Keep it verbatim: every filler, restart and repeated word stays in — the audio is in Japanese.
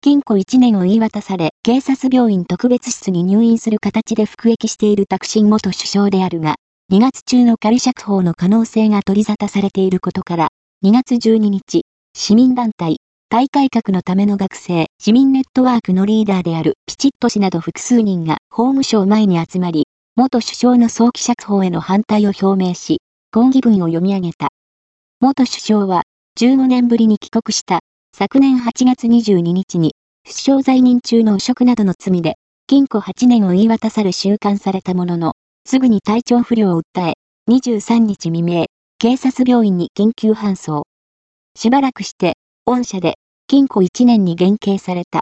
禁錮いちねんを言い渡され、警察病院特別室に入院する形で服役しているタクシン元首相であるが、にがつ中の仮釈放の可能性が取り沙汰されていることから、にがつじゅうににち、市民団体、タイ改革のための学生、市民ネットワークのリーダーであるピチット氏など複数人が法務省前に集まり、元首相の早期釈放への反対を表明し、抗議文を読み上げた。元首相は、じゅうごねんぶりに帰国した、昨年はちがつにじゅうににちに、首相在任中の汚職などの罪で、禁錮はちねんを言い渡され収監されたものの、すぐに体調不良を訴え、にじゅうさんにち未明、警察病院に緊急搬送。しばらくして、恩赦で、禁錮いちねんに減刑された。